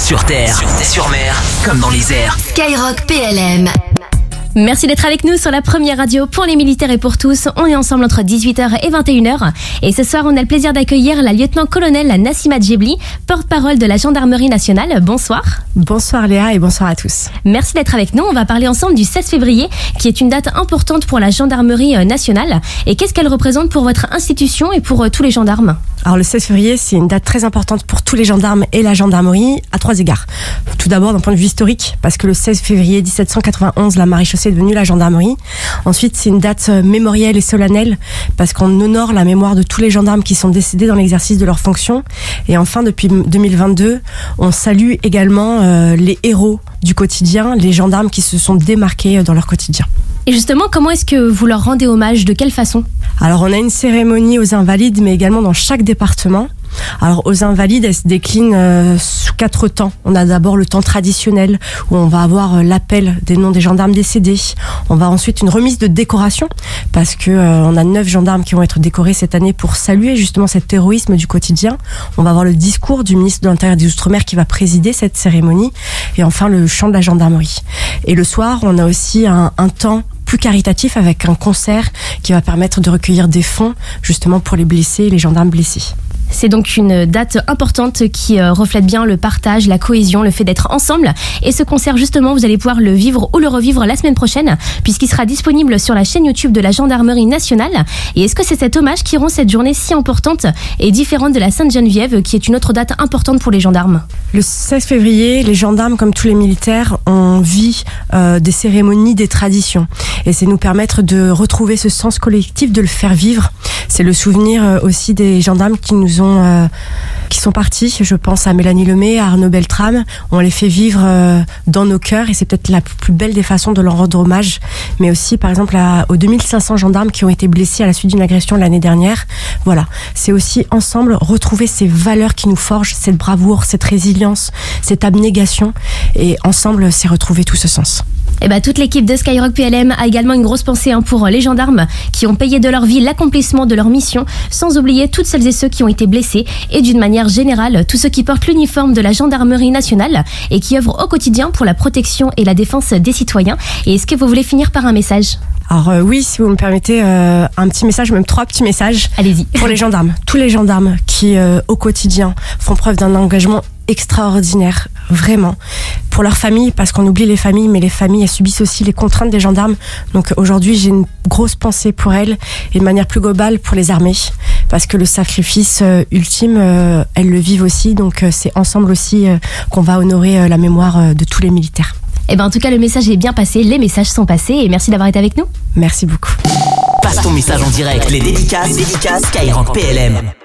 Sur terre, sur mer, comme dans les airs. Skyrock PLM. Merci d'être avec nous sur la première radio pour les militaires et pour tous. On est ensemble entre 18h et 21h. Et ce soir, on a le plaisir d'accueillir la lieutenant-colonel Nassima Djebli, porte-parole de la Gendarmerie nationale. Bonsoir. Bonsoir Léa et bonsoir à tous. Merci d'être avec nous. On va parler ensemble du 16 février, qui est une date importante pour la Gendarmerie nationale. Et qu'est-ce qu'elle représente pour votre institution et pour tous les gendarmes ? Alors le 16 février, c'est une date très importante pour tous les gendarmes et la gendarmerie à 3 égards. Tout d'abord d'un point de vue historique, parce que le 16 février 1791, la maréchaussée est devenue la gendarmerie. Ensuite, c'est une date mémorielle et solennelle, parce qu'on honore la mémoire de tous les gendarmes qui sont décédés dans l'exercice de leurs fonctions. Et enfin, depuis 2022, on salue également les héros du quotidien, les gendarmes qui se sont démarqués dans leur quotidien. Et justement, comment est-ce que vous leur rendez hommage ? De quelle façon ? Alors, on a une cérémonie aux Invalides, mais également dans chaque département. Alors, aux Invalides, elle se décline sous 4 temps. On a d'abord le temps traditionnel, où on va avoir l'appel des noms des gendarmes décédés. On va ensuite une remise de décoration, parce que on a 9 gendarmes qui vont être décorés cette année pour saluer justement cet héroïsme du quotidien. On va avoir le discours du ministre de l'Intérieur et des Outre-mer qui va présider cette cérémonie. Et enfin, le chant de la gendarmerie. Et le soir, on a aussi un temps plus caritatif avec un concert qui va permettre de recueillir des fonds justement pour les blessés et les gendarmes blessés. C'est donc une date importante qui reflète bien le partage, la cohésion, le fait d'être ensemble. Et ce concert, justement, vous allez pouvoir le vivre ou le revivre la semaine prochaine, puisqu'il sera disponible sur la chaîne YouTube de la Gendarmerie nationale. Et est-ce que c'est cet hommage qui rend cette journée si importante et différente de la Sainte-Geneviève, qui est une autre date importante pour les gendarmes ? Le 16 février, les gendarmes, comme tous les militaires, on vit des cérémonies, des traditions. Et c'est nous permettre de retrouver ce sens collectif, de le faire vivre. C'est le souvenir aussi des gendarmes qui sont partis. Je pense à Mélanie Lemay, à Arnaud Beltrame. On les fait vivre dans nos cœurs et c'est peut-être la plus belle des façons de leur rendre hommage. Mais aussi, par exemple, aux 2500 gendarmes qui ont été blessés à la suite d'une agression l'année dernière. Voilà. C'est aussi ensemble retrouver ces valeurs qui nous forgent, cette bravoure, cette résilience, cette abnégation. Et ensemble, c'est retrouver tout ce sens. Et toute l'équipe de Skyrock PLM a également une grosse pensée pour les gendarmes qui ont payé de leur vie l'accomplissement de leur mission, sans oublier toutes celles et ceux qui ont été blessés et d'une manière générale, tous ceux qui portent l'uniforme de la Gendarmerie nationale et qui œuvrent au quotidien pour la protection et la défense des citoyens. Et est-ce que vous voulez finir par un message ? Alors oui, si vous me permettez, un petit message, même 3 petits messages. Allez-y. Pour les gendarmes, tous les gendarmes qui au quotidien font preuve d'un engagement extraordinaire, vraiment, pour leurs familles, parce qu'on oublie les familles, mais les familles, elles subissent aussi les contraintes des gendarmes. Donc aujourd'hui, j'ai une grosse pensée pour elles et de manière plus globale pour les armées, parce que le sacrifice ultime, elles le vivent aussi. Donc c'est ensemble aussi qu'on va honorer la mémoire de tous les militaires. En tout cas, le message est bien passé, les messages sont passés et merci d'avoir été avec nous. Merci beaucoup. Passe ton message en direct, les dédicaces Skyrock PLM.